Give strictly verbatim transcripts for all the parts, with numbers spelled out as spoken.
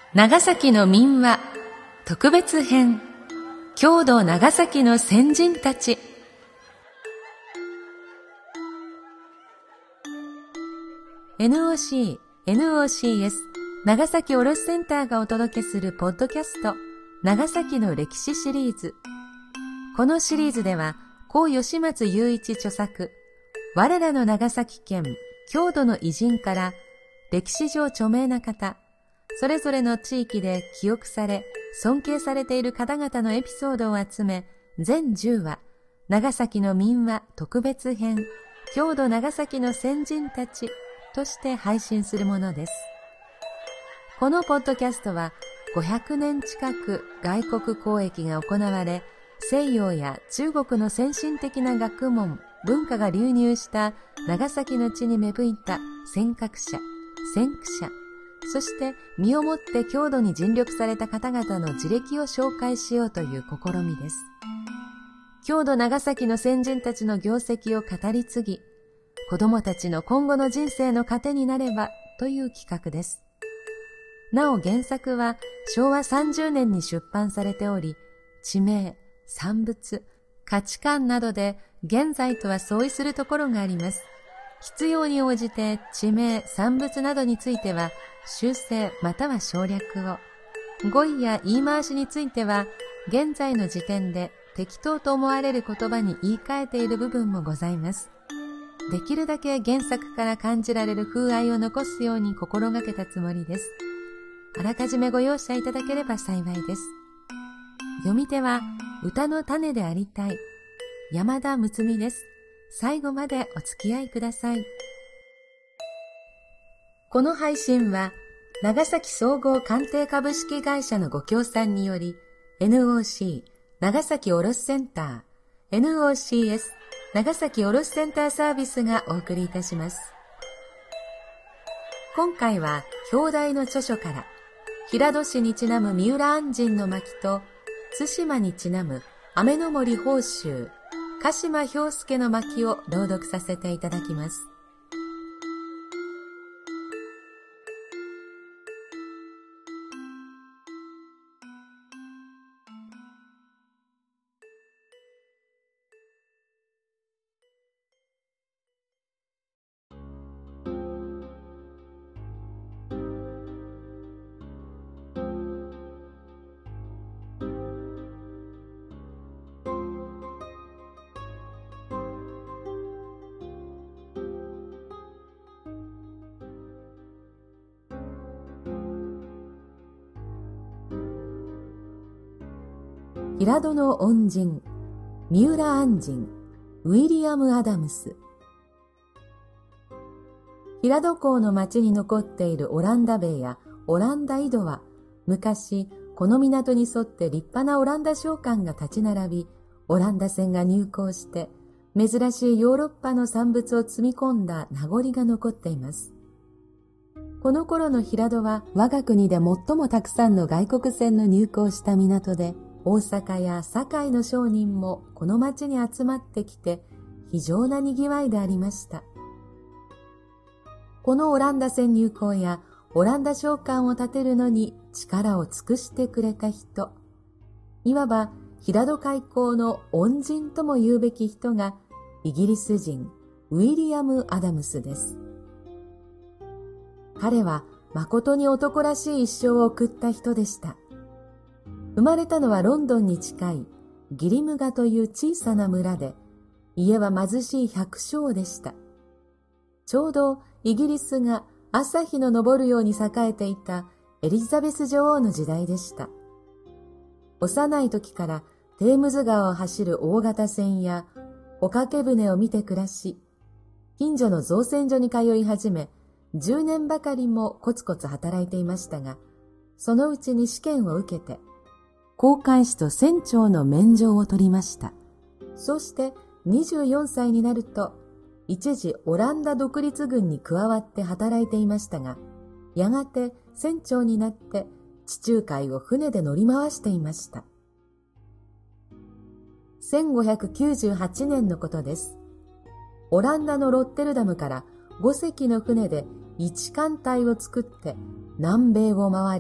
長崎の民話特別編、郷土長崎の先人たち。エヌオーシー、エヌオーシーエス 長崎卸センターがお届けするポッドキャスト、長崎の歴史シリーズ。このシリーズでは、高吉松雄一著作、我らの長崎県郷土の偉人から、歴史上著名な方、それぞれの地域で記憶され、尊敬されている方々のエピソードを集め、全じゅうわ、長崎の民話特別編、郷土長崎の先人たちとして配信するものです。このポッドキャストは、ごひゃくねん近く外国交易が行われ、西洋や中国の先進的な学問、文化が流入した長崎の地に芽吹いた先覚者、先駆者、そして身をもって郷土に尽力された方々の事歴を紹介しようという試みです。郷土長崎の先人たちの業績を語り継ぎ、子供たちの今後の人生の糧になればという企画です。なお原作はしょうわさんじゅうねんに出版されており、地名、産物、価値観などで現在とは相違するところがあります。必要に応じて地名、産物などについては修正または省略を、語彙や言い回しについては現在の時点で適当と思われる言葉に言い換えている部分もございます。できるだけ原作から感じられる風合いを残すように心がけたつもりです。あらかじめご容赦いただければ幸いです。読み手は歌の種でありたい山田睦美です。最後までお付き合いください。この配信は長崎総合鑑定株式会社のご協賛により エヌオーシー 長崎卸センター エヌオーシーエス 長崎卸センターサービスがお送りいたします。今回は表題の著書から平戸市にちなむ三浦按針の巻と対馬にちなむ雨の森宝州鹿島兵介の巻を朗読させていただきます。平戸の恩人、三浦按針、ウィリアム・アダムス。平戸港の町に残っているオランダ塀やオランダ井戸は、昔この港に沿って立派なオランダ商館が立ち並び、オランダ船が入港して、珍しいヨーロッパの産物を積み込んだ名残が残っています。この頃の平戸は我が国で最もたくさんの外国船の入港した港で、大阪や堺の商人もこの町に集まってきて非常な賑わいでありました。このオランダ船入港やオランダ商館を建てるのに力を尽くしてくれた人、いわば平戸開港の恩人とも言うべき人がイギリス人ウィリアム・アダムスです。彼は誠に男らしい一生を送った人でした。生まれたのはロンドンに近いギリムガという小さな村で、家は貧しい百姓でした。ちょうどイギリスが朝日の昇るように栄えていたエリザベス女王の時代でした。幼い時からテームズ川を走る大型船やおかけ船を見て暮らし、近所の造船所に通い始め、じゅうねんばかりもコツコツ働いていましたが、そのうちに試験を受けて、航海士と船長の免状を取りました。そしてにじゅうよんさいになると、一時オランダ独立軍に加わって働いていましたが、やがて船長になって地中海を船で乗り回していました。せんごひゃくきゅうじゅうはちねんのことです。オランダのロッテルダムからごせきの船でいち艦隊を作って南米を回り、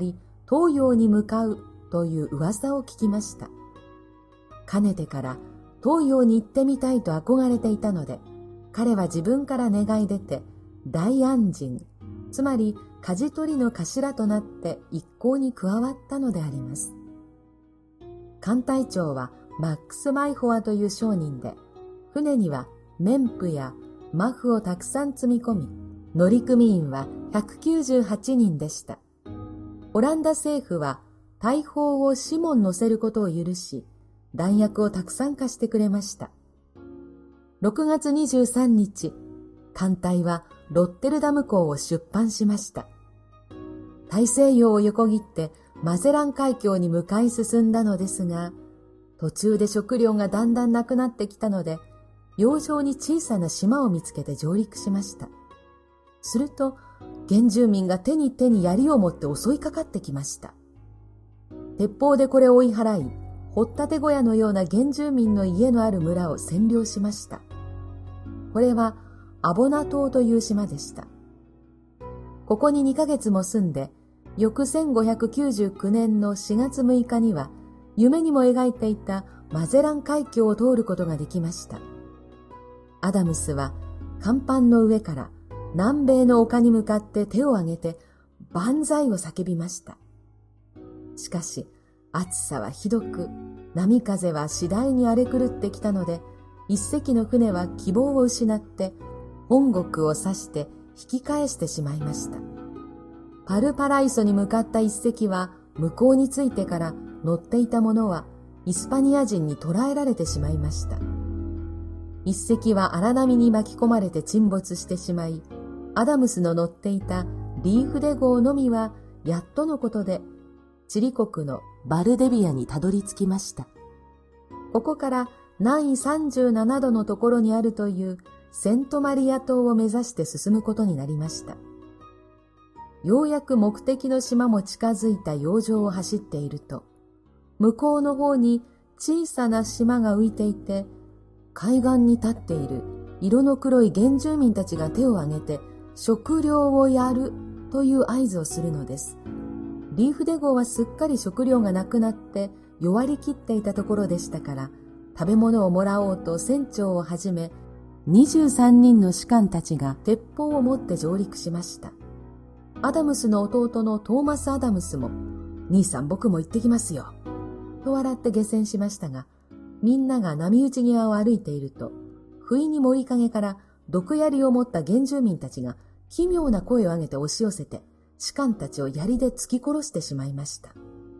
東洋に向かうという噂を聞きました。かねてから東洋に行ってみたいと憧れていたので、彼は自分から願い出て、大安人、つまり舵取りの頭となって一行に加わったのであります。艦隊長はマックス・マイホアという商人で、船には綿布やマフをたくさん積み込み、乗組員はひゃくきゅうじゅうはちにんでした。オランダ政府は大砲をよんもん乗せることを許し、弾薬をたくさん貸してくれました。ろくがつにじゅうさんにち、艦隊はロッテルダム港を出帆しました。大西洋を横切ってマゼラン海峡に向かい進んだのですが、途中で食料がだんだんなくなってきたので、洋上に小さな島を見つけて上陸しました。すると、原住民が手に手に槍を持って襲いかかってきました。鉄砲でこれを追い払い、掘ったて小屋のような原住民の家のある村を占領しました。これはアボナ島という島でした。ここににかげつも住んで、翌せんごひゃくきゅうじゅうきゅうねんのしがつむいかには、夢にも描いていたマゼラン海峡を通ることができました。アダムスは甲板の上から南米の丘に向かって手を挙げて万歳を叫びました。しかし暑さはひどく、波風は次第に荒れ狂ってきたので、一隻の船は希望を失って本国を指して引き返してしまいました。パルパライソに向かった一隻は向こうに着いてから乗っていた者はイスパニア人に捕らえられてしまいました。一隻は荒波に巻き込まれて沈没してしまい、アダムスの乗っていたリーフデ号のみはやっとのことでチリ国のバルデビアにたどり着きました。ここから南緯さんじゅうななどのところにあるというセントマリア島を目指して進むことになりました。ようやく目的の島も近づいた洋上を走っていると、向こうの方に小さな島が浮いていて、海岸に立っている色の黒い原住民たちが手を挙げて食料をやるという合図をするのです。リーフデ号はすっかり食料がなくなって弱りきっていたところでしたから、食べ物をもらおうと船長をはじめにじゅうさんにんの士官たちが鉄砲を持って上陸しました。アダムスの弟のトーマス・アダムスも、兄さん僕も行ってきますよ、と笑って下船しましたが、みんなが波打ち際を歩いていると、不意に森陰から毒槍を持った原住民たちが奇妙な声を上げて押し寄せて、士官たちを槍で突き殺してしまいました。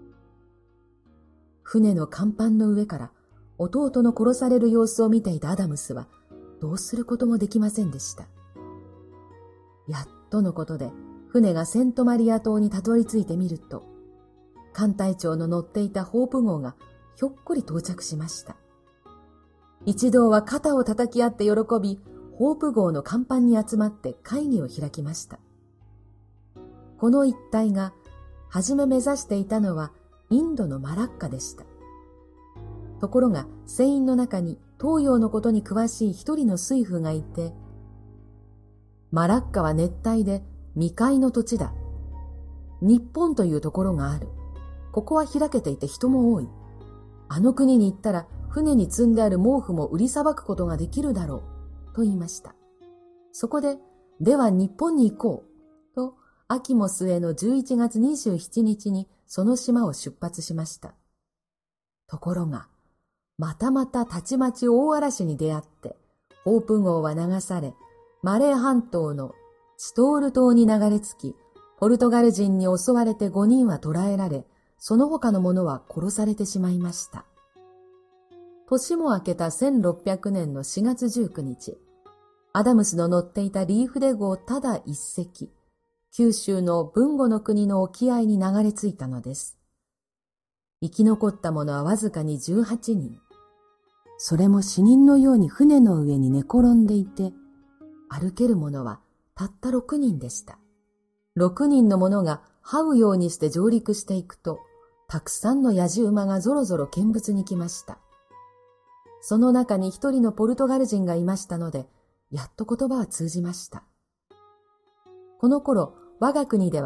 船の甲板の上から弟の殺される様子を見ていたアダムスは、どうすることもできませんでした。やっとのことで、船がセントマリア島にたどり着いてみると、艦隊長の乗っていたホープ号がひょっこり到着しました。一同は肩を叩き合って喜び、ホープ号の甲板に集まって会議を開きました。この一帯が、はじめ目指していたのはインドのマラッカでした。ところが、船員の中に東洋のことに詳しい一人の水夫がいて、マラッカは熱帯で未開の土地だ。日本というところがある。ここは開けていて人も多い。あの国に行ったら船に積んである毛布も売りさばくことができるだろう、と言いました。そこで、では日本に行こう、と秋も末のじゅういちがつにじゅうしちにちにその島を出発しました。ところが、またまたたちまち大嵐に出会って、ホープ号は流され、マレー半島のチトール島に流れ着き、ポルトガル人に襲われてごにんは捕らえられ、その他の者は殺されてしまいました。年も明けたせんろっぴゃくねんのしがつじゅうくにち、アダムスの乗っていたリーフデ号ただ一隻、九州の豊後の国の沖合に流れ着いたのです。生き残った者はわずかにじゅうはちにん。それも死人のように船の上に寝転んでいて、歩ける者はたったろくにんでした。ろくにんの者が這うようにして上陸していくと、たくさんの野じ馬がぞろぞろ見物に来ました。その中に一人のポルトガル人がいましたので、やっと言葉は通じました。この頃、我が国では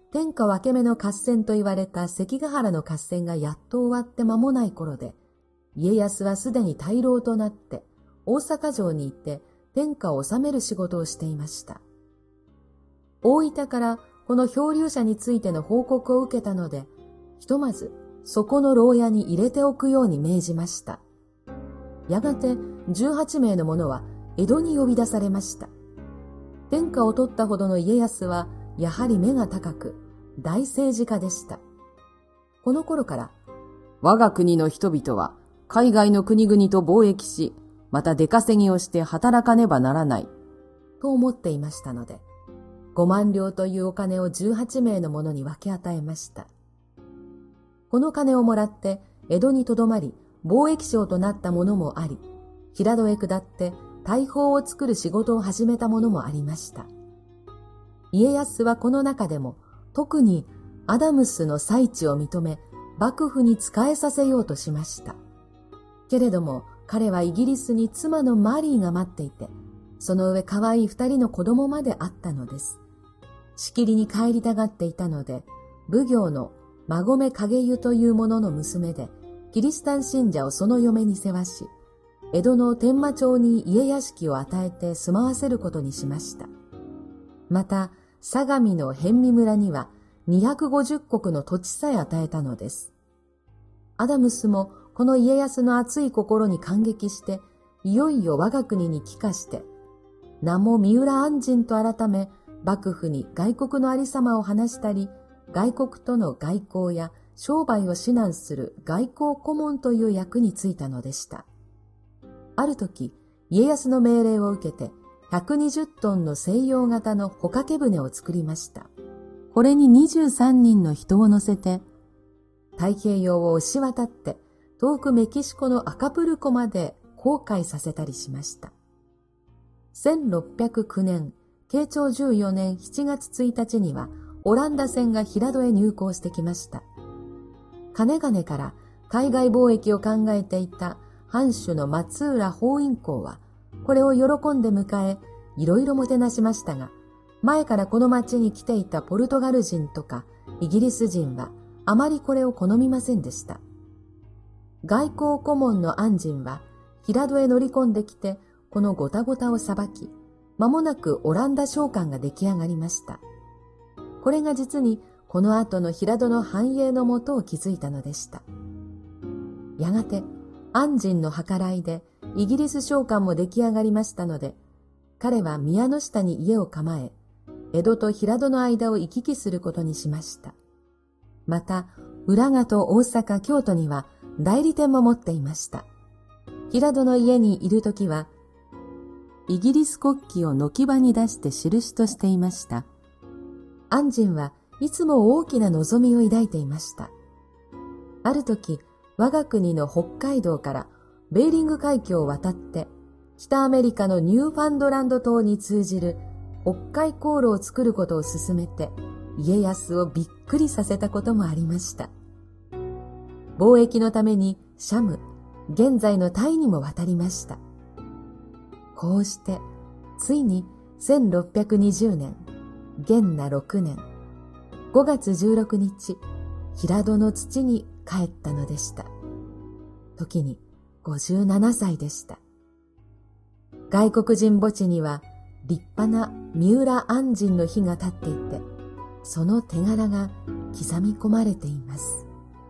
天下分け目の合戦と言われた関ヶ原の合戦がやっと終わって間もない頃で、家康はすでに大老となって大阪城に行って天下を治める仕事をしていました。大分からこの漂流者についての報告を受けたので、ひとまずそこの牢屋に入れておくように命じました。やがてじゅうはちめいの者は江戸に呼び出されました。天下を取ったほどの家康はやはり目が高く大政治家でした。この頃から我が国の人々は海外の国々と貿易し、また出稼ぎをして働かねばならないと思っていましたので、ごまんりょうというお金をじゅうはちめいの者に分け与えました。この金をもらって江戸にとどまり貿易商となった者もあり、平戸へ下って大砲を作る仕事を始めた者もありました。家康はこの中でも特にアダムスの裁地を認め、幕府に仕えさせようとしました。けれども彼はイギリスに妻のマリーが待っていて、その上可愛い二人の子供まであったのです。しきりに帰りたがっていたので、奉行の馬込景湯という者の娘で、キリシタン信者をその嫁に世話し、江戸の天満町に家屋敷を与えて住まわせることにしました。また、相模の辺見村にはにひゃくごじゅっこくの土地さえ与えたのです。アダムスもこの家康の熱い心に感激して、いよいよ我が国に帰化して、名も三浦按針と改め、幕府に外国のありさまを話したり、外国との外交や商売を指南する外交顧問という役に就いたのでした。ある時、家康の命令を受けて、ひゃくにじゅっトンの西洋型の帆掛け船を作りました。これににじゅうさんにんの人を乗せて、太平洋を押し渡って、遠くメキシコのアカプルコまで航海させたりしました。せんろっぴゃくきゅうねん、慶長じゅうよねんしちがつついたちには、オランダ船が平戸へ入港してきました。かねがねから海外貿易を考えていた藩主の松浦法院公は、これを喜んで迎え、いろいろもてなしましたが、前からこの町に来ていたポルトガル人とかイギリス人はあまりこれを好みませんでした。外交顧問の按針は平戸へ乗り込んできて、このごたごたを裁き、間もなくオランダ商館が出来上がりました。これが実にこの後の平戸の繁栄のもとを築いたのでした。やがて按針の計らいでイギリス商館も出来上がりましたので、彼は宮の下に家を構え、江戸と平戸の間を行き来することにしました。また、浦賀と大阪、京都には代理店も持っていました。平戸の家にいるときは、イギリス国旗を軒場に出して印としていました。按針はいつも大きな望みを抱いていました。あるとき、我が国の北海道からベーリング海峡を渡って、北アメリカのニューファンドランド島に通じる北海航路を作ることを進めて、家康をびっくりさせたこともありました。貿易のためにシャム、現在のタイにも渡りました。こうして、ついにせんろっぴゃくにじゅうねん、元和ろくねん、ごがつじゅうろくにち、平戸の土に帰ったのでした。時にごじゅうななさいでした。外国人墓地には立派な三浦按針の碑が立っていて、その手柄が刻み込まれています。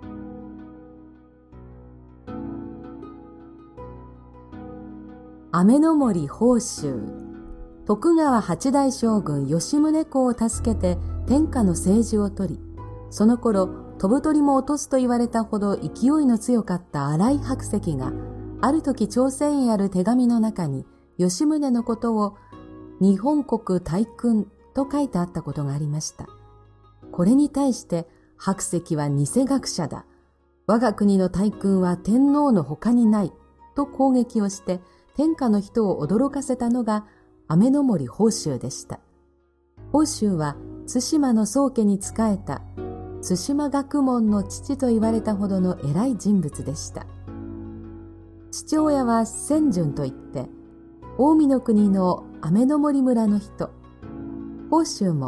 雨の森宝州。徳川八代将軍吉宗公を助けて天下の政治を取り、その頃飛ぶ鳥も落とすと言われたほど勢いの強かった新井白石が、ある時朝鮮へある手紙の中に吉宗のことを日本国大君と書いてあったことがありました。これに対して白石は偽学者だ。我が国の大君は天皇の他にないと攻撃をして天下の人を驚かせたのが雨の森宝州でした。宝州は対馬の宗家に仕えた対馬学問の父と言われたほどの偉い人物でした。父親は千順といって近江の国の雨の森村の人。宝州も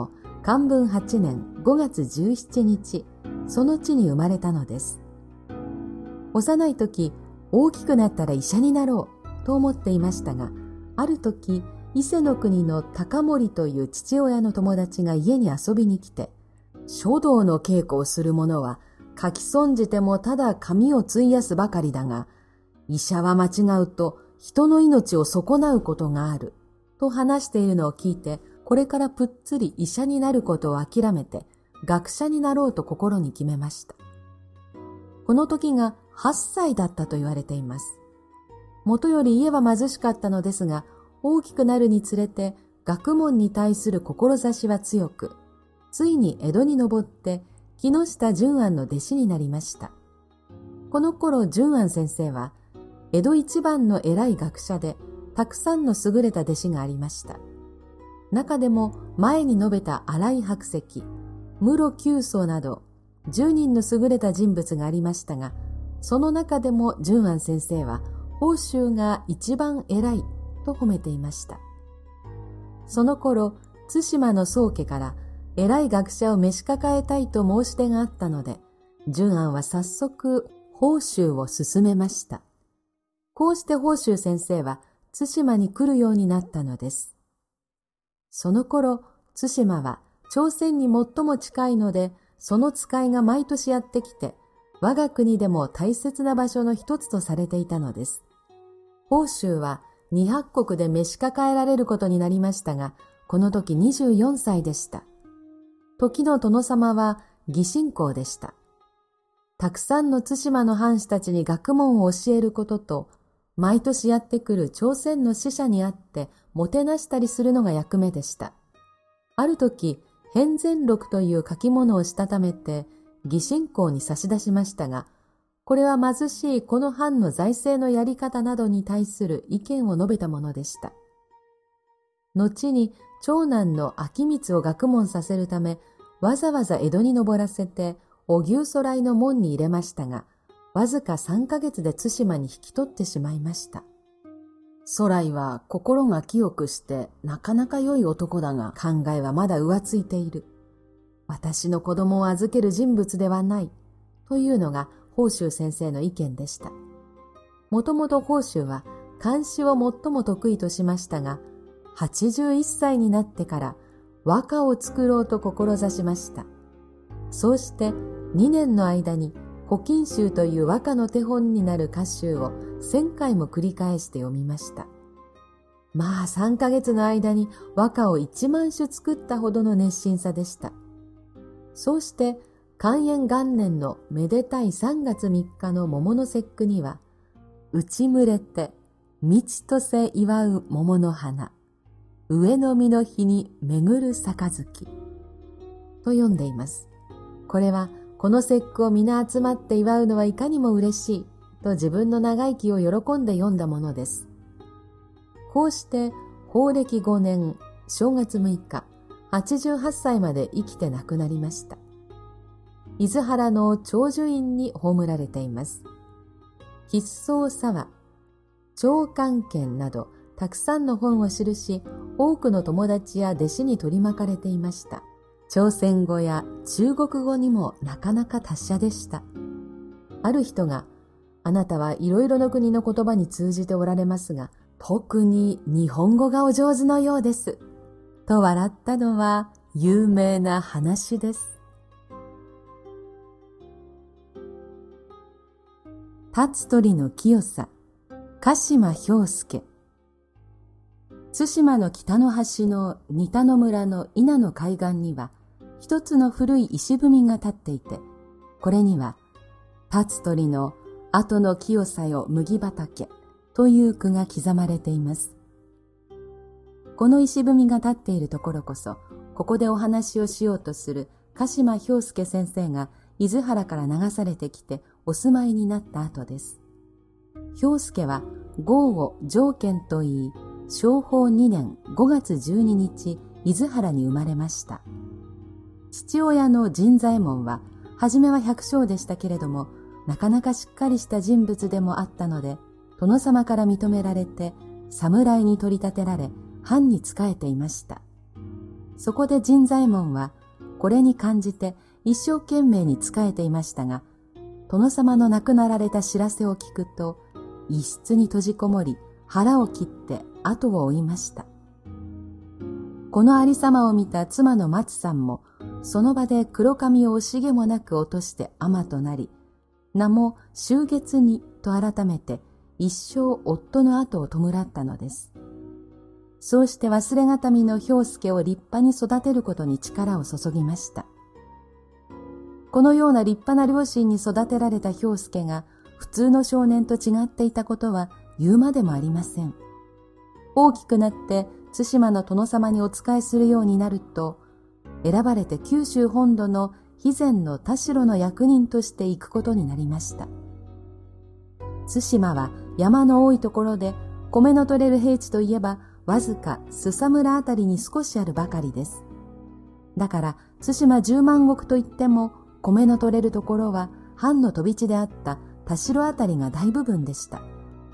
寛文はちねんごがつじゅうしちにち、その地に生まれたのです。幼い時、大きくなったら医者になろうと思っていましたが、ある時、伊勢の国の高森という父親の友達が家に遊びに来て、書道の稽古をする者は書き損じてもただ紙を費やすばかりだが、医者は間違うと人の命を損なうことがあると話しているのを聞いて、これからぷっつり医者になることを諦めて学者になろうと心に決めました。この時がはっさいだったと言われています。もとより家は貧しかったのですが、大きくなるにつれて学問に対する志は強く、ついに江戸に登って木下順庵の弟子になりました。この頃順庵先生は江戸一番の偉い学者で、たくさんの優れた弟子がありました。中でも前に述べた新井白石、室九宗などじゅうにんの優れた人物がありましたが、その中でも順庵先生は法州が一番偉いと褒めていました。その頃、対馬の宗家から偉い学者を召し抱えたいと申し出があったので、順庵は早速法州を進めました。こうして法州先生は対馬に来るようになったのです。その頃、対馬は朝鮮に最も近いので、その使いが毎年やってきて、我が国でも大切な場所の一つとされていたのです。法州は二百国で召し抱えられることになりましたが、この時にじゅうよんさいでした。時の殿様は義信公でした。たくさんの対馬の藩士たちに学問を教えることと、毎年やってくる朝鮮の使者に会ってもてなしたりするのが役目でした。ある時、変善録という書き物をしたためて義信公に差し出しましたが、これは貧しいこの藩の財政のやり方などに対する意見を述べたものでした。後に長男の昭光を学問させるため、わざわざ江戸に登らせて荻生徂徠の門に入れましたが、わずかさんかげつで対馬に引き取ってしまいました。徂徠は心が清くしてなかなか良い男だが、考えはまだ浮ついている。私の子供を預ける人物ではない。というのが法州先生の意見でした。もともと法州は漢詩を最も得意としましたが、はちじゅういっさいになってから和歌を作ろうと志しました。そうしてにねんの間に古今集という和歌の手本になる歌集をせんかいも繰り返して読みました。まあさんかげつの間に和歌をいちまんしゅ作ったほどの熱心さでした。そうして寛延元年のめでたいさんがつみっかの桃の節句には、打ち群れて道とせ祝う桃の花、上の実の日に巡る杯と読んでいます。これはこの節句を皆集まって祝うのはいかにも嬉しいと自分の長生きを喜んで読んだものです。こうして法暦ごねん正月むいか、はちじゅうはっさいまで生きて亡くなりました。伊豆原の長寿院に葬られています。筆宗沢、長官見などたくさんの本を記し、多くの友達や弟子に取り巻かれていました。朝鮮語や中国語にもなかなか達者でした。ある人が、あなたはいろいろな国の言葉に通じておられますが、特に日本語がお上手のようです。と笑ったのは有名な話です。立つ鳥の清さ、鹿島兵介。対馬の北の端の仁田野村の稲の海岸には、一つの古い石踏みが立っていて、これには、立つ鳥の後の清さよ麦畑という句が刻まれています。この石踏みが立っているところこそ、ここでお話をしようとする鹿島兵介先生が伊豆原から流されてきてお住まいになった後です。兵介は号を条件といい、正法にねんごがつじゅうににち、伊豆原に生まれました。父親の陣左衛門は、はじめは百姓でしたけれども、なかなかしっかりした人物でもあったので、殿様から認められて、侍に取り立てられ、藩に仕えていました。 そこで神左衛門はこれに感じて一生懸命に仕えていましたが、殿様の亡くなられた知らせを聞くと、一室に閉じこもり腹を切って後を追いました。このありさまを見た妻の松さんも、その場で黒髪を惜しげもなく落として尼となり、名も秋月にと改めて一生夫の後を弔ったのです。そうして忘れがたみの兵助を立派に育てることに力を注ぎました。このような立派な両親に育てられた兵助が普通の少年と違っていたことは言うまでもありません。大きくなって対馬の殿様にお仕えするようになると、選ばれて九州本土の肥前の田代の役人として行くことになりました。対馬は山の多いところで、米の取れる平地といえばわずか須佐村あたりに少しあるばかりです。だから対馬十万石といっても、米の取れるところは藩の飛び地であった田代あたりが大部分でした。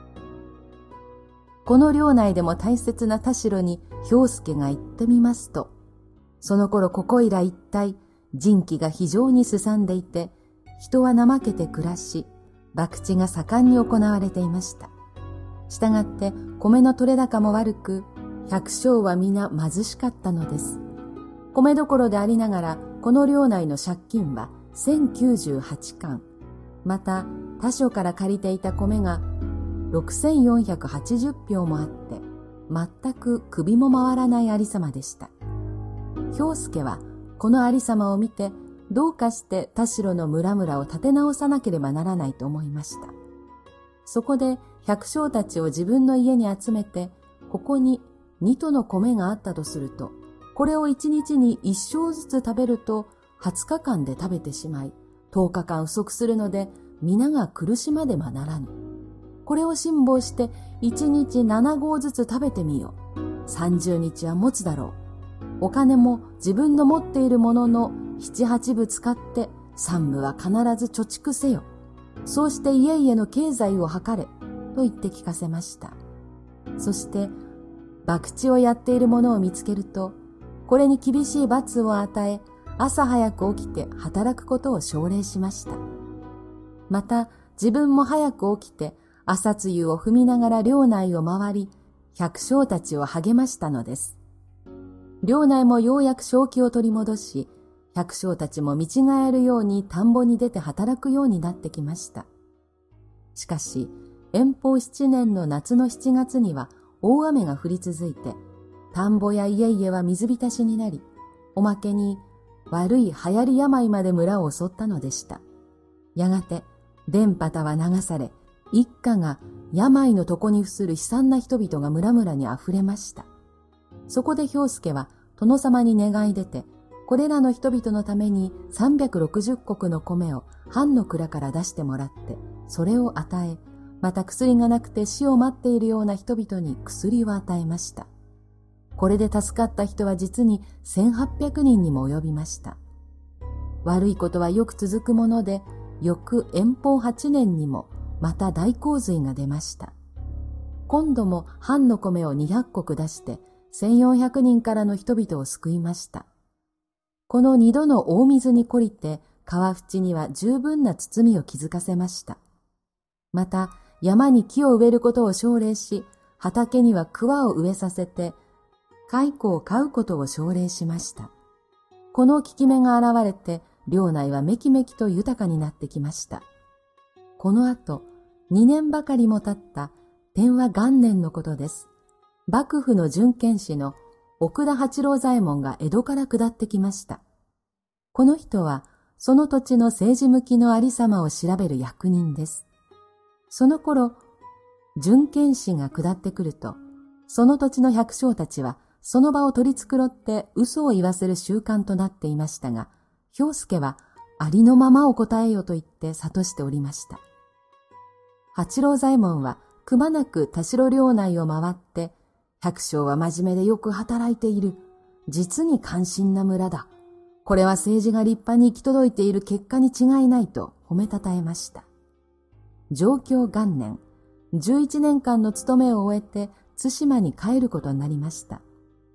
この領内でも大切な田代に兵助が行ってみますと、その頃ここいら一帯、人気が非常にすさんでいて、人は怠けて暮らし、博打が盛んに行われていました。したがって米の取れ高も悪く、百姓は皆貧しかったのです。米どころでありながら、この領内の借金はせんきゅうじゅうはちかん、また他所から借りていた米がろくせんよんひゃくはちじゅうひょうもあって、全く首も回らないありさまでした。兵助はこのありさまを見て、どうかして田代の村々を立て直さなければならないと思いました。そこで百姓たちを自分の家に集めて、ここににとの米があったとすると、これを一日に一升ずつ食べるとはつかかんで食べてしまい、とおかかん不足するので皆が苦しまねばならぬ。これを辛抱して一日七合ずつ食べてみよう。三十日は持つだろう。お金も自分の持っているものの七八分使って三分は必ず貯蓄せよ。そうして家々の経済を図れ。と言って聞かせました。そして博打をやっている者を見つけると、これに厳しい罰を与え、朝早く起きて働くことを奨励しました。また自分も早く起きて朝露を踏みながら領内を回り、百姓たちを励ましたのです。領内もようやく正気を取り戻し、百姓たちも見違えるように田んぼに出て働くようになってきました。しかし、延宝七年の夏の七月には大雨が降り続いて、田んぼや家々は水浸しになり、おまけに悪い流行り病まで村を襲ったのでした。やがて田畑は流され、一家が病の床に伏する悲惨な人々が村々にあふれました。そこで兵助は殿様に願い出て、これらの人々のためにさんびゃくろくじゅっこくの米を藩の蔵から出してもらって、それを与え、また薬がなくて死を待っているような人々に薬を与えました。これで助かった人は実にせんはっぴゃくにんにも及びました。悪いことはよく続くもので、翌延宝はちねんにもまた大洪水が出ました。今度も藩の米をにひゃっこく出して、せんよんひゃくにんからの人々を救いました。この二度の大水に懲りて、川淵には十分な包みを築かせました。また、山に木を植えることを奨励し、畑には桑を植えさせて、蚕を飼うことを奨励しました。この効き目が現れて、領内はめきめきと豊かになってきました。この後、二年ばかりも経った天和元年のことです。幕府の巡検使の奥田八郎左衛門が江戸から下ってきました。この人は、その土地の政治向きのありさまを調べる役人です。その頃、巡検使が下ってくると、その土地の百姓たちは、その場を取り繕って嘘を言わせる習慣となっていましたが、兵助はありのままを答えよと言って諭しておりました。八郎左衛門はくまなく田代領内を回って、百姓は真面目でよく働いている。実に感心な村だ。これは政治が立派に行き届いている結果に違いないと褒めたたえました。上京元年、じゅういちねんかんの勤めを終えて対馬に帰ることになりました。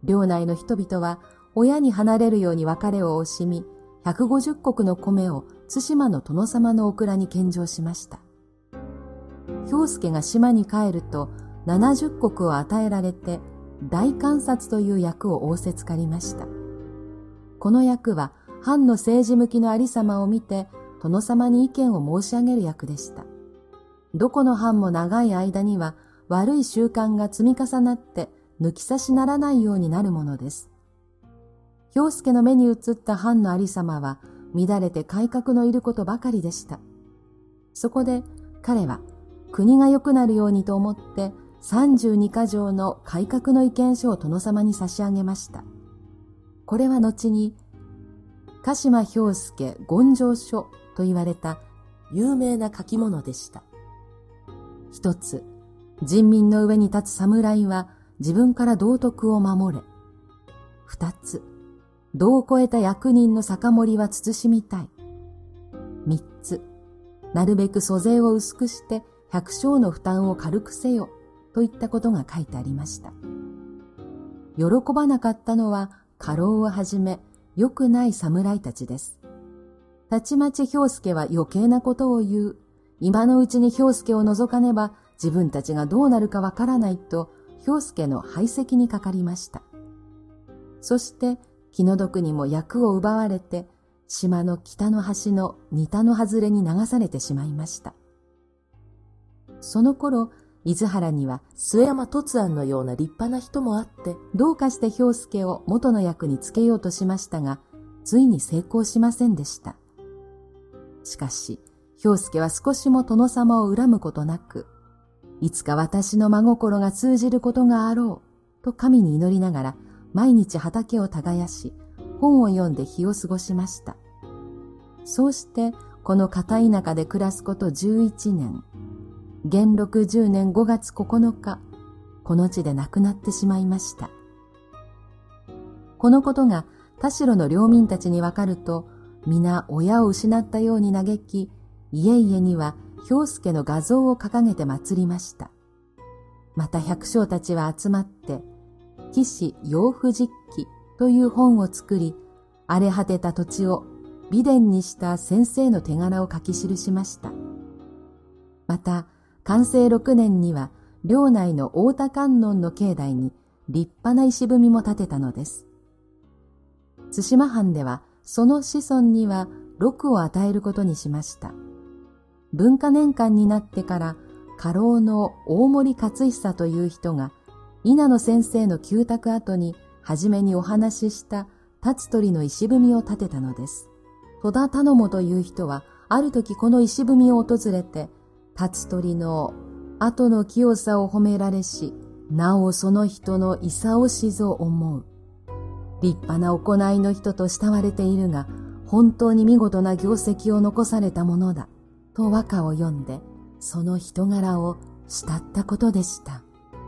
領内の人々は親に離れるように別れを惜しみ、ひゃくごじゅっこくの米を対馬の殿様のお蔵に献上しました。兵助が島に帰るとななじゅっこくを与えられて、大監察という役を仰せつかりました。この役は藩の政治向きのありさまを見て、殿様に意見を申し上げる役でした。どこの藩も長い間には悪い習慣が積み重なって抜き差しならないようになるものです。兵助の目に映った藩のありさまは乱れて改革のいることばかりでした。そこで彼は国が良くなるようにと思ってさんじゅうにかじょうの改革の意見書を殿様に差し上げました。これは後に鹿島兵助言上書と言われた有名な書き物でした。一つ、人民の上に立つ侍は自分から道徳を守れ。二つ、道を超えた役人の酒盛りは慎みたい。三つ、なるべく租税を薄くして百姓の負担を軽くせよといったことが書いてありました。喜ばなかったのは家老をはじめ良くない侍たちです。たちまち兵助は余計なことを言う。今のうちに兵助を除かねば自分たちがどうなるかわからないと兵助の排斥にかかりました。そして気の毒にも役を奪われて島の北の端の仁田の外れに流されてしまいました。その頃、伊豆原には末山突庵のような立派な人もあって、どうかして兵助を元の役につけようとしましたが、ついに成功しませんでした。しかし、兵助は少しも殿様を恨むことなく、いつか私の真心が通じることがあろう、と神に祈りながら、毎日畑を耕し、本を読んで日を過ごしました。そうして、この片田舎で暮らすことじゅういちねん、元禄じゅうねんごがつここのか、この地で亡くなってしまいました。このことが田代の領民たちにわかると、皆親を失ったように嘆き、家々には兵助の画像を掲げて祭りました。また百姓たちは集まって、紀氏養父実記という本を作り、荒れ果てた土地を美伝にした先生の手柄を書き記しました。また、寛政ろくねんには、領内の太田観音の境内に立派な石踏みも建てたのです。対馬藩では、その子孫には禄を与えることにしました。文化年間になってから、家老の大森勝久という人が、稲野先生の旧宅跡に初めにお話しした立つ鳥の石踏みを建てたのです。戸田頼母という人は、ある時この石踏みを訪れて、立つ鳥の後の清さを褒められし、なおその人のいさおしぞ思う。立派な行いの人と慕われているが、本当に見事な業績を残されたものだ、と和歌を読んで、その人柄を慕ったことでした。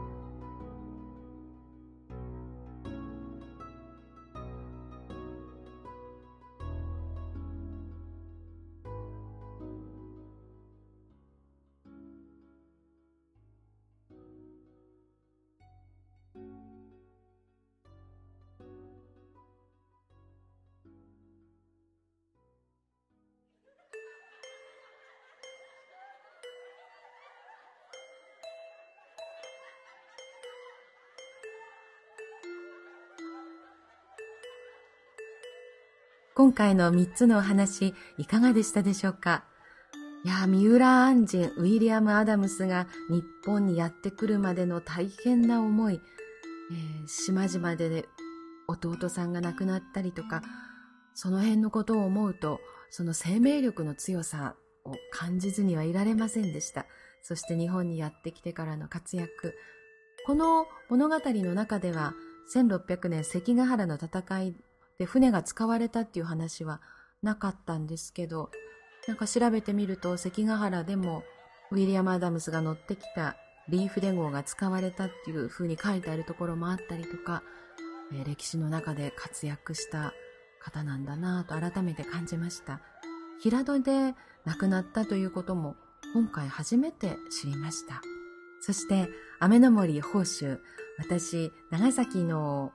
今回のみっつのお話、いかがでしたでしょうか。いや、三浦按針、ウィリアム・アダムスが日本にやってくるまでの大変な思い、えー、島々で、ね、弟さんが亡くなったりとか、その辺のことを思うと、その生命力の強さを感じずにはいられませんでした。そして日本にやってきてからの活躍。この物語の中では、せんろっぴゃくねん関ヶ原の戦いで船が使われたっていう話はなかったんですけど、なんか調べてみると関ヶ原でもウィリアム・アダムスが乗ってきたリーフデ号が使われたっていう風に書いてあるところもあったりとか、えー、歴史の中で活躍した方なんだなぁと改めて感じました。平戸で亡くなったということも今回初めて知りました。そして雨の森宝州、私長崎の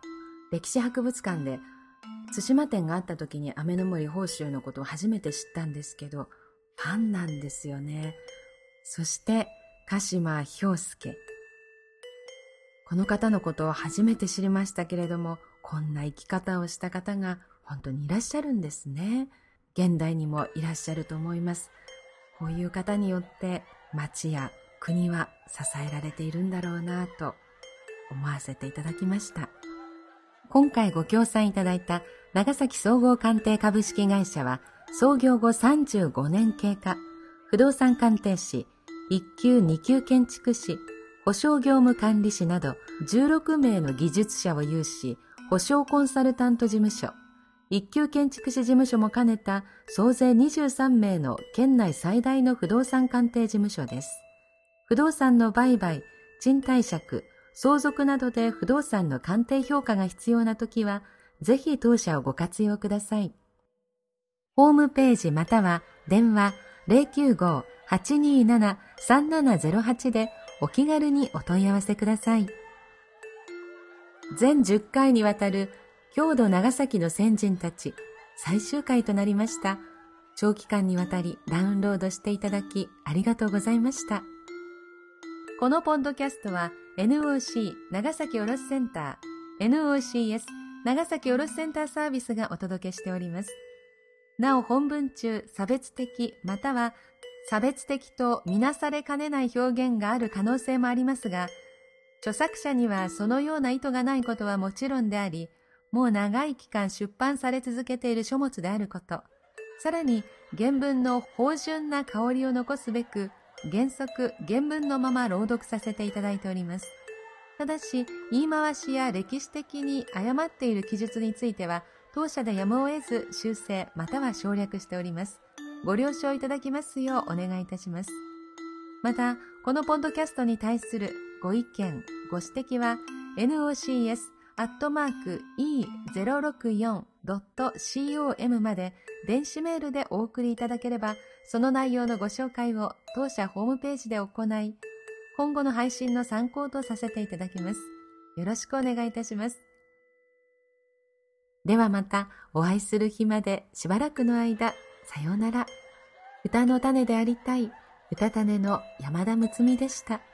歴史博物館で対馬展があった時に雨の森宝州のことを初めて知ったんですけど、ファンなんですよね。そして鹿島兵介、この方のことを初めて知りましたけれども、こんな生き方をした方が本当にいらっしゃるんですね。現代にもいらっしゃると思います。こういう方によって町や国は支えられているんだろうなと思わせていただきました。今回ご協賛いただいた長崎総合鑑定株式会社は、創業後さんじゅうごねん経過、不動産鑑定士、いっ級に級建築士、保証業務管理士などじゅうろくめいの技術者を有し、保証コンサルタント事務所、一級建築士事務所も兼ねた総勢にじゅうさんめいの県内最大の不動産鑑定事務所です。不動産の売買、賃貸借、相続などで不動産の鑑定評価が必要なときは、ぜひ当社をご活用ください。ホームページまたは電話 ゼロきゅうご はちにーなな さんななゼロはち でお気軽にお問い合わせください。全じゅっかいにわたる郷土長崎の先人たち最終回となりました。長期間にわたりダウンロードしていただきありがとうございました。このポッドキャストは エヌオーシー 長崎卸センター、エヌオーシーエス 長崎卸センターサービスがお届けしております。なお本文中差別的または差別的とみなされかねない表現がある可能性もありますが、著作者にはそのような意図がないことはもちろんであり、もう長い期間出版され続けている書物であること、さらに原文の芳醇な香りを残すべく、原則原文のまま朗読させていただいております。ただし、言い回しや歴史的に誤っている記述については、当社でやむを得ず修正または省略しております。ご了承いただきますようお願いいたします。また、このポッドキャストに対するご意見、ご指摘は エヌオーシーエス アットマーク イーゼロろくよん ドット コム まで電子メールでお送りいただければ、その内容のご紹介を当社ホームページで行い、今後の配信の参考とさせていただきます。よろしくお願いいたします。ではまたお会いする日までしばらくの間、さようなら。歌の種でありたい歌種の山田睦美でした。